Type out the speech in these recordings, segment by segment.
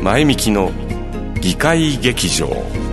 前みきの議会劇場。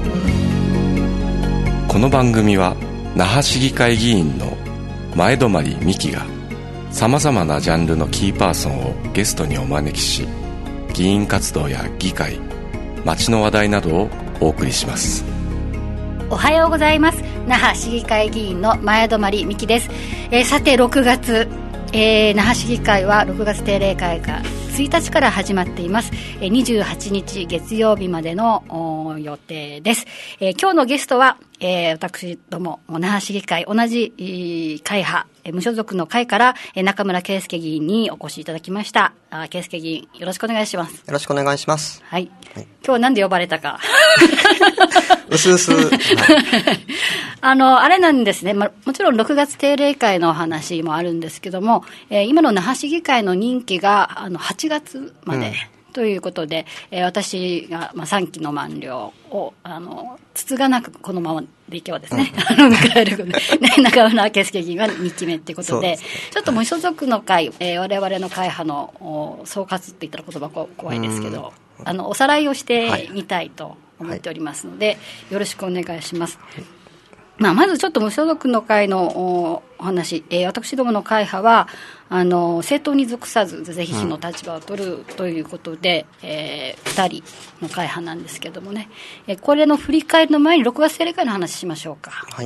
この番組は那覇市議会議員の前泊美樹がさまざまなジャンルのキーパーソンをゲストにお招きし、議員活動や議会、街の話題などをお送りします。 おはようございます。那覇市議会議員の前泊美樹です。さて6月、那覇市議会は6月定例会が1日から始まっています。28日月曜日までの予定です。今日のゲストは、私ども那覇市議会同じ会派無所属の会から中村圭介議員にお越しいただきました。圭介議員、よろしくお願いします。 よろしくお願いします。 はい。今日はなんで呼ばれたか。 うすうす。はい、 あれなんですね。もちろん6月定例会のお話もあるんですけども、今の那覇市議会の任期が8月まで。ということで、私が、3期の満了をつつがなくこのままでいけばですね、迎えることで、中村圭介議員が2期目ということで、ちょっと無所属の会、我々の会派の総括って言ったら言葉怖いですけど、おさらいをしてみたいと思っておりますので、よろしくお願いします。まずちょっと無所属の会のお話、私どもの会派は政党に属さず是非非の立場を取るということで、2人の会派なんですけどもね、これの振り返りの前に6月定例会の話しましょうか。はい、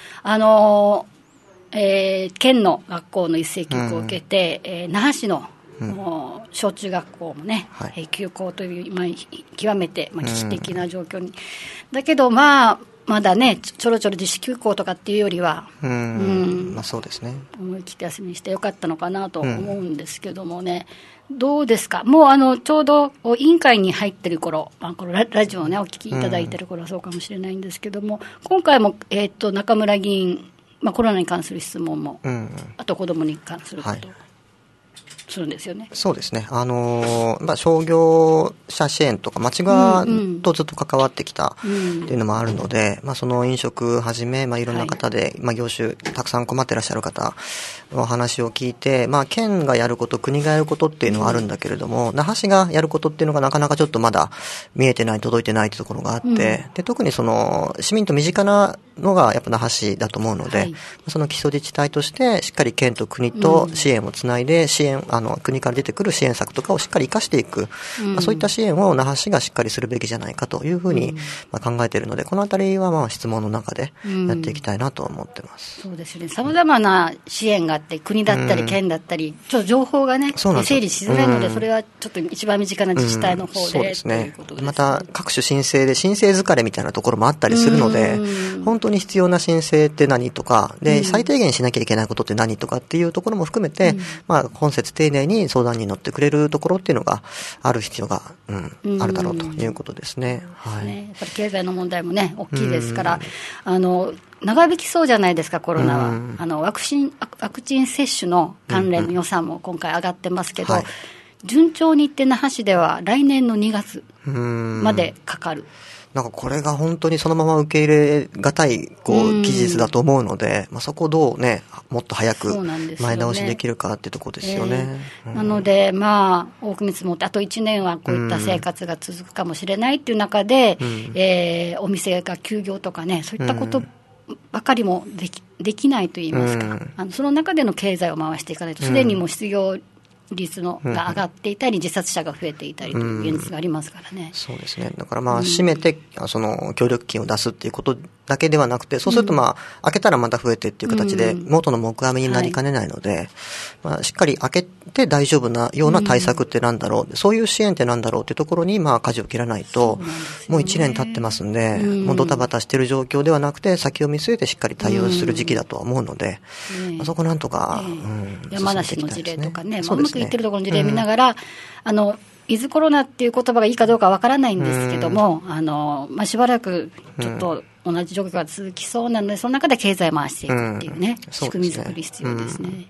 県の学校の一斉休校を受けて、那覇市の小中学校もね、休校という、極めて、危機的な状況に、だけどまだね、ちょろちょろ自主休校とかっていうよりは、 そうですね、 思い切って休みにしてよかったのかなと思うんですけどもね、どうですか。もうちょうど委員会に入ってる頃、このラジオをねお聞きいただいてる頃はそうかもしれないんですけども、今回も、中村議員、コロナに関する質問も、あと子どもに関すること、するんですよね。 そうですね。商業者支援とか町側とずっと関わってきたっていうのもあるので、その飲食はじめ、いろんな方で、業種たくさん困ってらっしゃる方の話を聞いて、県がやること、国がやることっていうのはあるんだけれども、那覇市がやることっていうのがなかなかちょっとまだ見えてない、届いてないというところがあって、で特にその市民と身近なのがやっぱ那覇市だと思うので、その基礎自治体としてしっかり県と国と支援をつないで、国から出てくる支援策とかをしっかり生かしていく、そういった支援を那覇市がしっかりするべきじゃないかというふうに考えているので、このあたりは質問の中でやっていきたいなと思ってます。 そうですね。様々な支援があって、国だったり県だったり、ちょっと情報がね整理しづらいので、それはちょっと一番身近な自治体の方で、 そうですね。 ということですね。 また各種申請で申請疲れみたいなところもあったりするので、本当に必要な申請って何とかで、最低限しなきゃいけないことって何とかっていうところも含めて、本節丁寧に相談に乗ってくれるところっていうのがある必要が、あるだろうということですね。 やっぱり経済の問題もね大きいですから、長引きそうじゃないですか、コロナは。ワクチン接種の関連の予算も今回上がってますけど、順調にいって那覇市では来年の2月までかかる。 なんかこれが本当にそのまま受け入れがたい期日だと思うので、そこをどうね、もっと早く前倒しできるかっていうところですよね。 なので多く見積もってあと1年はこういった生活が続くかもしれないっていう中で、お店が休業とかね、そういったことばかりもできないといいますか、その中での経済を回していかないと、すでにもう失業率が上がっていたり、自殺者が増えていたりという現実がありますからね。 そうですね。だから閉めてその協力金を出すっていうことだけではなくて、そうすると開けたらまた増えてっていう形で元の木阿弥になりかねないので、しっかり開けて大丈夫なような対策ってなんだろう、そういう支援ってなんだろうっていうところに舵を切らないと、もう1年経ってますんで、もうドタバタしてる状況ではなくて、先を見据えてしっかり対応する時期だとは思うので、そこなんとか、 山梨の事例とかね、うまくいってるところの事例見ながら、ウィズコロナっていう言葉がいいかどうかわからないんですけども、しばらくちょっと同じ状況が続きそうなので、その中で経済を回していくっていうね、仕組み作り必要ですね。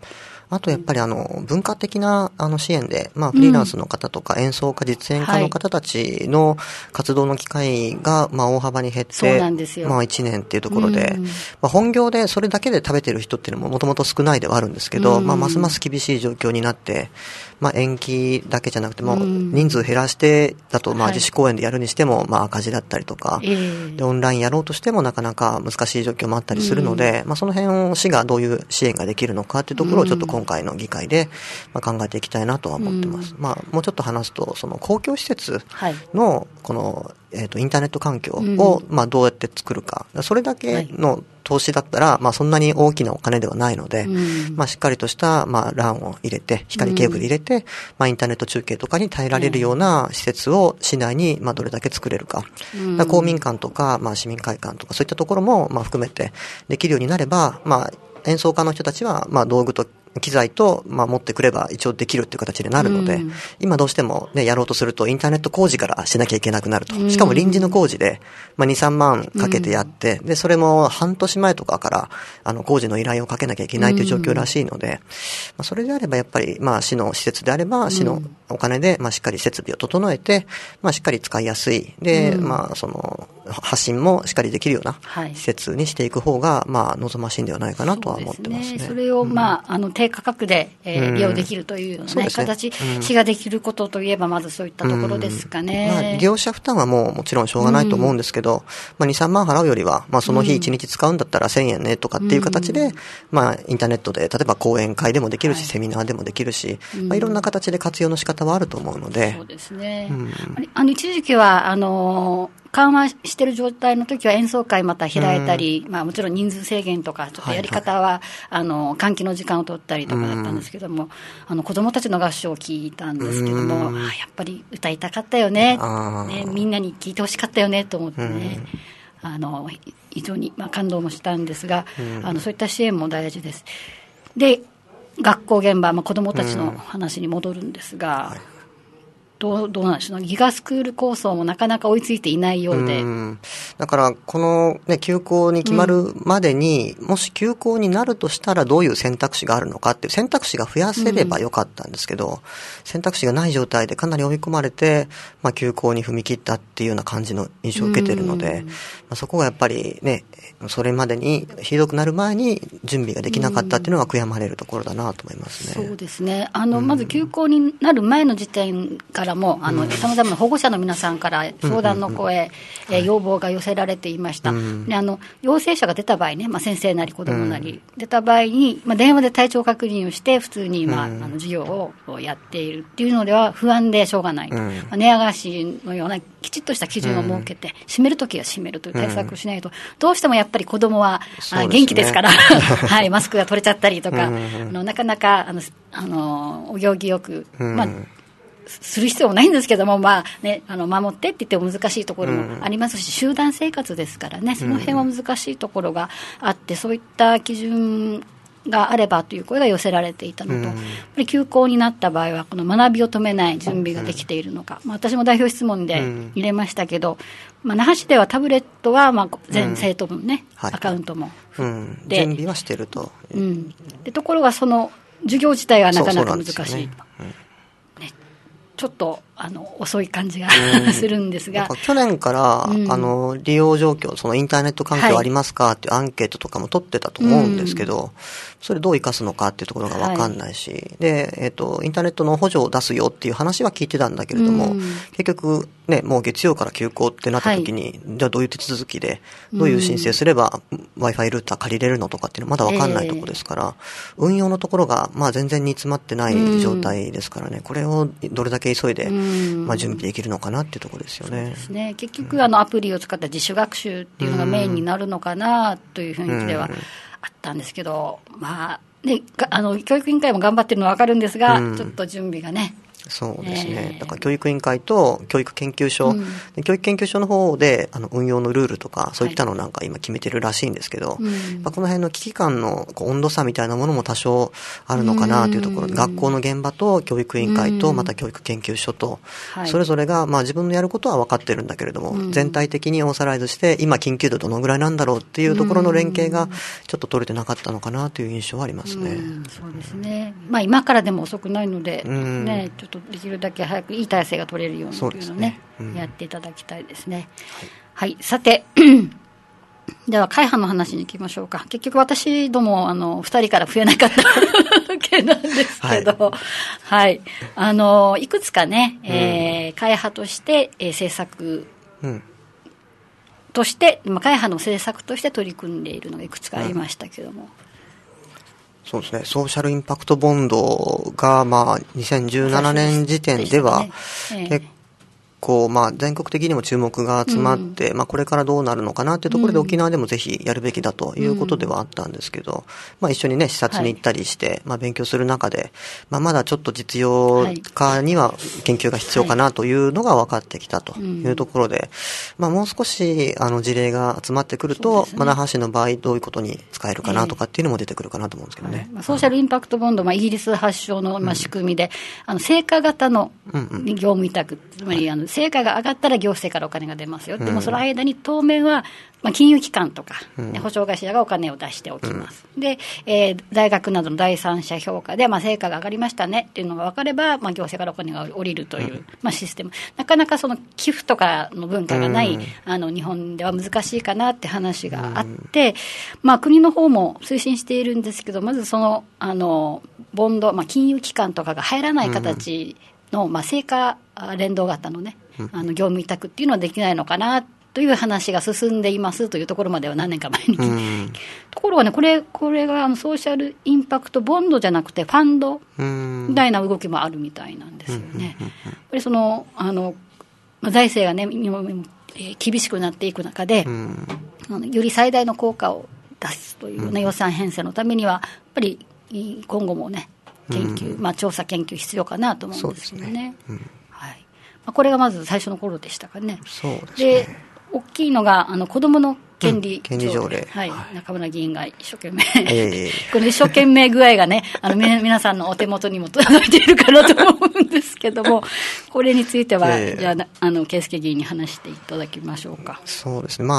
あとやっぱり文化的な支援で、フリーランスの方とか演奏家、実演家の方たちの活動の機会が大幅に減って、 そうなんですよ。 1年っていうところで、本業でそれだけで食べてる人っていうのももともと少ないではあるんですけど、ますます厳しい状況になって、延期だけじゃなくても、人数減らしてだと、自主公演でやるにしても、赤字だったりとか、でオンラインやろうとしてもなかなか難しい状況もあったりするので、その辺を市がどういう支援ができるのかっていうところをちょっと今回の議会で考えていきたいなとは思ってます。もうちょっと話すと、その公共施設のこの、インターネット環境をどうやって作るか、それだけの投資だったら、そんなに大きなお金ではないので、しっかりとした、LAN を入れて、光ケーブル入れて、インターネット中継とかに耐えられるような施設を市内に、どれだけ作れるか。公民館とか、市民会館とか、そういったところも、含めてできるようになれば、演奏家の人たちは、道具と機材と、持ってくれば一応できるっていう形になるので、今どうしてもね、やろうとするとインターネット工事からしなきゃいけなくなると。しかも臨時の工事で、2、3万かけてやって、で、それも半年前とかから、工事の依頼をかけなきゃいけないという状況らしいので、それであればやっぱり、市の施設であれば、市のお金で、しっかり設備を整えて、しっかり使いやすい。で、その、発信もしっかりできるような施設にしていく方が、望ましいんではないかなとは思ってますね。 それを、低価格で、利用できるというような、形、市ができることといえば、まずそういったところですかね。 利用者負担はもちろんしょうがないと思うんですけど、2、3万払うよりは、その日1日使うんだったら1000円ねとかっていう形で、インターネットで、例えば講演会でもできるし、セミナーでもできるし、いろんな形で活用の仕方はあると思うので。 そうですね。一時期は、緩和してる状態の時は演奏会また開いたり、もちろん人数制限とか、ちょっとやり方は、換気の時間を取ったりとかだったんですけども、子供たちの合唱を聞いたんですけども、やっぱり歌いたかったよね、みんなに聞いてほしかったよねと思ってね、非常に、感動もしたんですが、そういった支援も大事です。で、学校現場、子供たちの話に戻るんですが、どうなんでしょう、ギガスクール構想もなかなか追いついていないようで。 だから、この、休校に決まるまでに、もし休校になるとしたらどういう選択肢があるのかっていう選択肢が増やせればよかったんですけど、選択肢がない状態でかなり追い込まれて、休校に踏み切ったっていうような感じの印象を受けているので、そこがやっぱりね、それまでにひどくなる前に準備ができなかったっていうのが悔やまれるところだなと思いますね。 そうですね。まず休校になる前の時点からも、さまざまな保護者の皆さんから相談の声、要望が寄せられていました。で、陽性者が出た場合ね、先生なり子どもなり、出た場合に、電話で体調確認をして、普通に、授業をやっているっていうのでは不安でしょうがない。寝屋川市のようなきちっとした基準を設けて、閉めるときは閉めるという対策をしないと、どうしてもやっぱり子どもは、元気ですから、はい、マスクが取れちゃったりとか、なかなかお行儀よく、する必要もないんですけども、守ってって言っても難しいところもありますし、集団生活ですからね、その辺は難しいところがあって、そういった基準があればという声が寄せられていたのと、やっぱり休校になった場合はこの学びを止めない準備ができているのか、私も代表質問で入れましたけど、那覇市ではタブレットは全生徒分ね、アカウントも準備はしてると、 でところがその授業自体はなかなか難しい。ちょっと遅い感じがするんですが、 去年から、利用状況、そのインターネット環境ありますかっていうアンケートとかも取ってたと思うんですけど、それどう生かすのかっていうところが分かんないし、で、インターネットの補助を出すよっていう話は聞いてたんだけれども、結局ね、もう月曜から休校ってなった時に、じゃあどういう手続きで、どういう申請すれば Wi-Fi ルーター借りれるのとかっていうのはまだ分かんないところですから、運用のところが全然煮詰まってない状態ですからね、これをどれだけ急いで、準備できるのかなっていうところですよね。 そうですね。結局アプリを使った自主学習っていうのがメインになるのかなという雰囲気ではあったんですけど、教育委員会も頑張ってるのは分かるんですが、ちょっと準備がね、 そうですね。だから教育委員会と教育研究所、教育研究所の方で運用のルールとかそういったのなんか今決めてるらしいんですけど、この辺の危機感の温度差みたいなものも多少あるのかなというところで、学校の現場と教育委員会とまた教育研究所と、それぞれが自分のやることは分かってるんだけれども、全体的にオーサライズして今緊急度どのぐらいなんだろうっていうところの連携がちょっと取れてなかったのかなという印象はありますね。 そうですね。今からでも遅くないので、ね、ちょっとできるだけ早くいい体制が取れるようにというのをね、やっていただきたいですね。はい、さてでは会派の話に行きましょうか。結局私ども2人から増えなかったわけなんですけど、はい、いくつかね、会派として、政策、として会派の政策として取り組んでいるのがいくつかありましたけども、 そうですね、ソーシャルインパクトボンドが、2017年時点では、結構、全国的にも注目が集まって、これからどうなるのかなというところで、沖縄でもぜひやるべきだということではあったんですけど、一緒にね、視察に行ったりして、勉強する中で、まだちょっと実用化には研究が必要かなというのが分かってきたというところで、もう少し事例が集まってくると、那覇市の場合どういうことに使えるかなとかっていうのも出てくるかなと思うんですけどね。 ソーシャルインパクトボンド、イギリス発祥の仕組みで、成果型の業務委託、つまり成果が上がったら行政からお金が出ますよ。でもその間に当面は、金融機関とか、保証会社がお金を出しておきます。で、大学などの第三者評価で、成果が上がりましたねっていうのが分かれば、行政からお金が下りるという、システム。なかなかその寄付とかの文化がない、日本では難しいかなって話があって、国の方も推進しているんですけど、まずその、ボンド、金融機関とかが入らない形の、成果連動型のね、業務委託っていうのはできないのかなという話が進んでいますというところまでは何年か前に、ところがね、これがソーシャルインパクトボンドじゃなくてファンドみたいな動きもあるみたいなんですよね。やっぱりその財政がね厳しくなっていく中で、より最大の効果を出すというね、予算編成のためにはやっぱり今後もね研究、調査研究必要かなと思うんですけどね。これがまず最初の頃でしたかね。 そうですね。 で、大きいのが子どもの権利条例、 中村議員が一生懸命、この一生懸命具合がね、皆さんのお手元にも届いているかなと思うんですけども、これについては、じゃあ圭介議員に話していただきましょうか。 そうですね。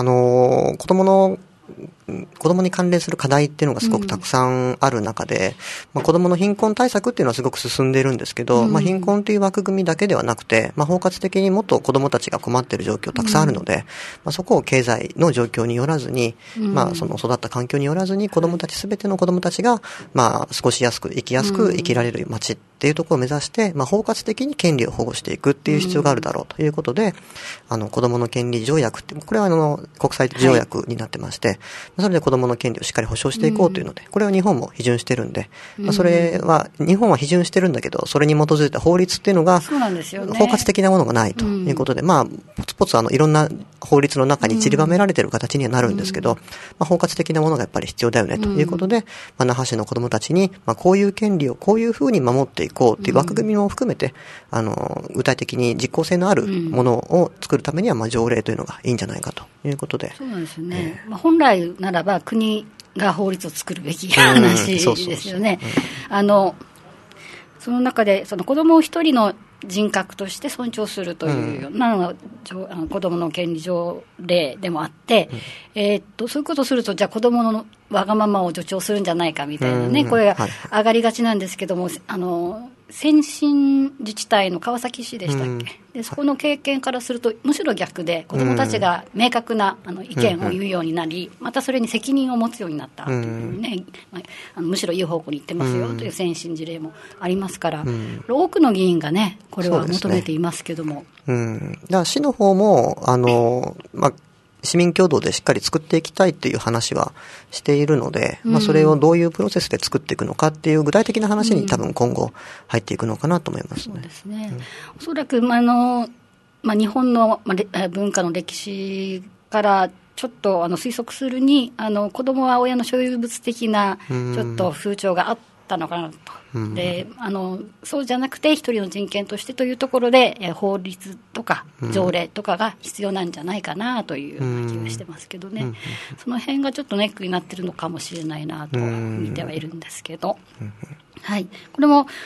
子供に関連する課題っていうのがすごくたくさんある中で、子供の貧困対策っていうのはすごく進んでいるんですけど、貧困という枠組みだけではなくて、包括的にもっと子供たちが困っている状況たくさんあるので、そこを経済の状況によらずに、その育った環境によらずに子供たち、すべての子供たちが、過ごしやすく、生きやすく生きられる街っていうところを目指して、包括的に権利を保護していくっていう必要があるだろうということで、子供の権利条約って、これは国際条約になってまして、それで子供の権利をしっかり保障していこうというので、これは日本も批准してるんで、それは、日本は批准してるんだけど、それに基づいた法律っていうのが、包括的なものがないということで、ポツポツいろんな法律の中に散りばめられている形にはなるんですけど、包括的なものがやっぱり必要だよねということで、那覇市の子供たちに、こういう権利をこういうふうに守っていこうという枠組みも含めて、具体的に実効性のあるものを作るためには、条例というのがいいんじゃないかということで。 そうなんですよね。本来ならば国が法律を作るべき話ですよね。その中でその子どもを一人の人格として尊重するというようなのが子どもの権利条例でもあって、そういうことをするとじゃあ子どものわがままを助長するんじゃないかみたいなね、声が上がりがちなんですけども、先進自治体の川崎市でしたっけ、でそこの経験からするとむしろ逆で子どもたちが明確な意見を言うようになり、またそれに責任を持つようになったというね、むしろいい方向に行ってますよという先進事例もありますから、多くの議員がねこれは求めていますけども、 だから市の方も市民共同でしっかり作っていきたいっていう話はしているので、それをどういうプロセスで作っていくのかっていう具体的な話に多分今後入っていくのかなと思いますね。 そうですね。おそらく日本の文化の歴史からちょっと推測するに子供は親の所有物的なちょっと風潮があったのかなとでそうじゃなくて一人の人権としてというところで、法律とか条例とかが必要なんじゃないかなという気がしてますけどね、その辺がちょっとネックになってるのかもしれないなと見てはいるんですけど、はい、これも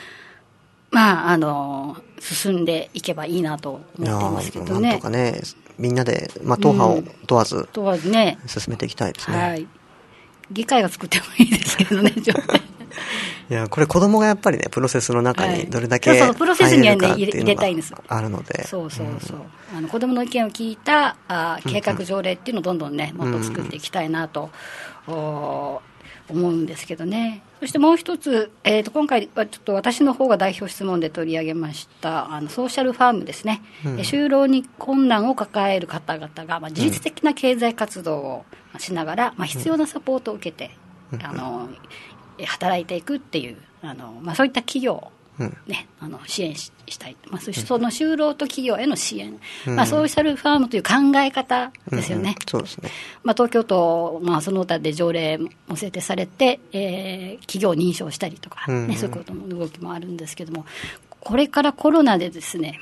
進んでいけばいいなと思っていますけどね。 なんとかね、みんなで、党派を問わず、 ね、 進めていきたいですね。 はい、議会が作ってもいいですけどね。 いや、これ子供がやっぱりね、プロセスの中にどれだけ入れるかっていうのが、 プロセスにはね、入れたいんです。 あるので。 そう、子供の意見を聞いた計画条例っていうのをどんどんね、もっと作っていきたいなと思うんですけどね。そしてもう一つ、今回はちょっと私の方が代表質問で取り上げましたソーシャルファームですね、就労に困難を抱える方々が、自律的な経済活動をしながら、必要なサポートを受けて、働いていくっていうそういった企業を、ね、支援したい、その就労と企業への支援、ソーシャルファームという考え方ですよね。 そうですね。 東京都、その他で条例も制定されて、企業を認証したりとか、そういうことの動きもあるんですけども、これからコロナでですね、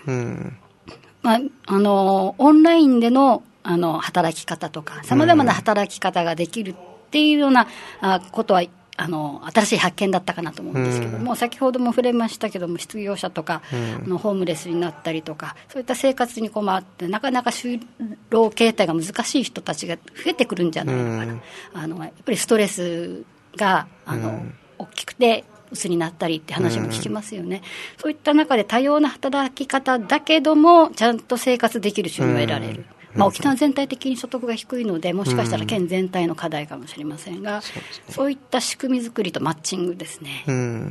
オンラインでの働き方とかさまざまな働き方ができるっていうようなことは新しい発見だったかなと思うんですけども、先ほども触れましたけども、失業者とか、ホームレスになったりとか、そういった生活に困ってなかなか就労形態が難しい人たちが増えてくるんじゃないのかな。やっぱりストレスが大きくて鬱になったりって話も聞きますよね。そういった中で多様な働き方だけどもちゃんと生活できる収入を得られる、沖縄全体的に所得が低いので、もしかしたら県全体の課題かもしれませんが、そういった仕組み作りとマッチングですね。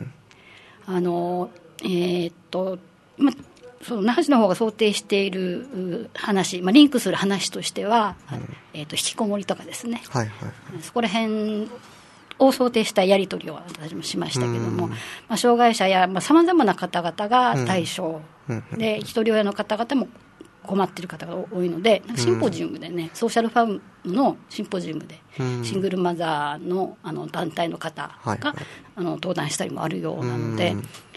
その那覇市の方が想定している話、リンクする話としては、引きこもりとかですね、そこら辺を想定したやり取りを私もしましたけども、障害者やさまざまな方々が対象で、一人親の方々も困っている方が多いので、シンポジウムでね、ソーシャルファームのシンポジウムで、シングルマザーの団体の方が、登壇したりもあるようなので、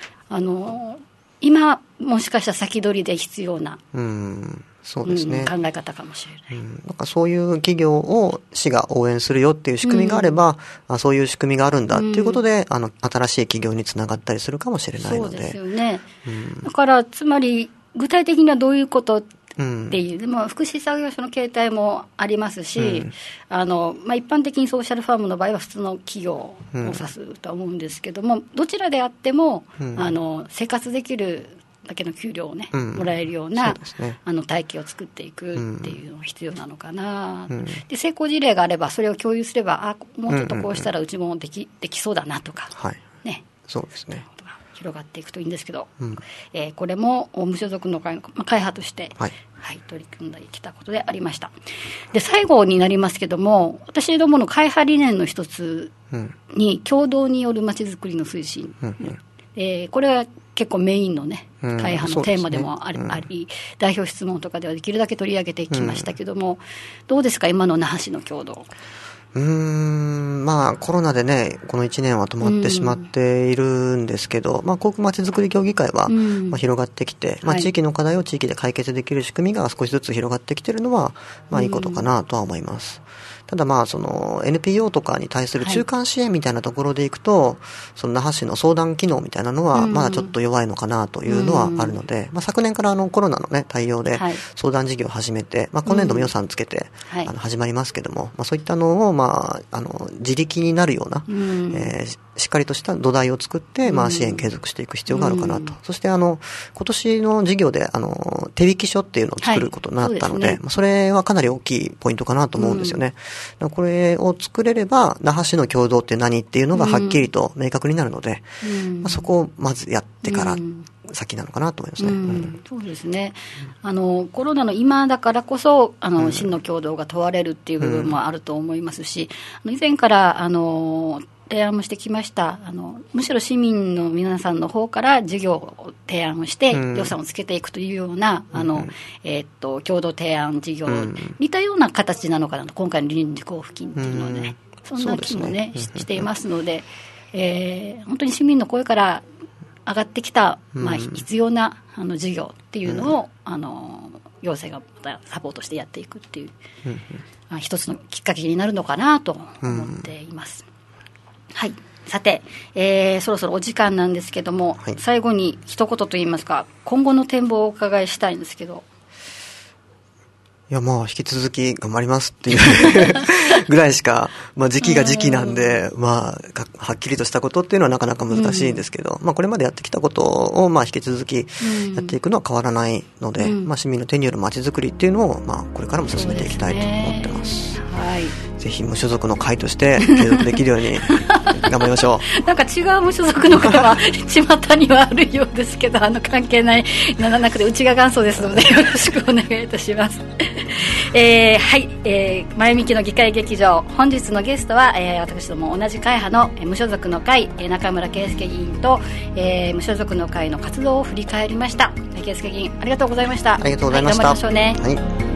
今もしかしたら先取りで必要な、 そうですね、 考え方かもしれない。 なんかそういう企業を市が応援するよっていう仕組みがあれば、そういう仕組みがあるんだっていうことで、新しい企業につながったりするかもしれないので。そうですよね。 だからつまり具体的にはどういうことっていう、でも福祉作業所の形態もありますし、一般的にソーシャルファームの場合は普通の企業を指すとは思うんですけども、どちらであっても、生活できるだけの給料をね、もらえるような体系を作っていくっていうのが必要なのかな、で成功事例があればそれを共有すれば、もうちょっとこうしたらうちもできそうだなとか、ね、 そうですね、 広がっていくといいんですけど、これも無所属の会の会派として、取り組んできたことでありました。で最後になりますけども、私どもの会派理念の一つに、共同によるまちづくりの推進、これは結構メインのね、会派のテーマでもあり、代表質問とかではできるだけ取り上げてきましたけども、どうですか今の那覇市の共同。 コロナでね、この1年は止まってしまっているんですけど、航空まちづくり協議会は、広がってきて、地域の課題を地域で解決できる仕組みが少しずつ広がってきているのは、いいことかなとは思います。ただその NPO とかに対する中間支援みたいなところでいくと、その那覇市の相談機能みたいなのはまだちょっと弱いのかなというのはあるので、昨年からコロナのね対応で相談事業を始めて、今年度も予算つけて始まりますけども、そういったのを自力になるような、しっかりとした土台を作って、支援継続していく必要があるかなと。そして今年の事業で手引き書っていうのを作ることになったので、それはかなり大きいポイントかなと思うんですよね。これを作れれば那覇市の共同って何っていうのがはっきりと明確になるので、そこをまずやってから先なのかなと思いますね。 そうですね。コロナの今だからこそ市の共同が問われるっていう部分もあると思いますし、以前から提案もしてきました。むしろ市民の皆さんの方から事業を提案をして予算をつけていくというような共同提案事業、似たような形なのかなと、今回の臨時交付金っていうので、そんな気もねしていますので、本当に市民の声から上がってきた、必要な事業っていうのを、行政がまたサポートしてやっていくっていう、一つのきっかけになるのかなと思っています。はい。さて、そろそろお時間なんですけども、最後に一言といいますか、今後の展望をお伺いしたいんですけど。 いや、引き続き頑張りますっていうぐらいしか、時期が時期なんで、はっきりとしたことっていうのはなかなか難しいんですけど、これまでやってきたことを、引き続きやっていくのは変わらないので、市民の手による街づくりっていうのを、これからも進めていきたいと思ってます。はい。ぜひ無所属の会として継続できるように頑張りましょう。 なんか違う無所属の会は巷にはあるようですけど、関係ないならなくてうちが元祖ですのでよろしくお願いいたします。はい、前向きの議会劇場、本日のゲストは、私ども同じ会派の無所属の会、中村圭介議員と、無所属の会の活動を振り返りました。圭介議員、ありがとうございました。 ありがとうございました。 頑張りましょうね。はい。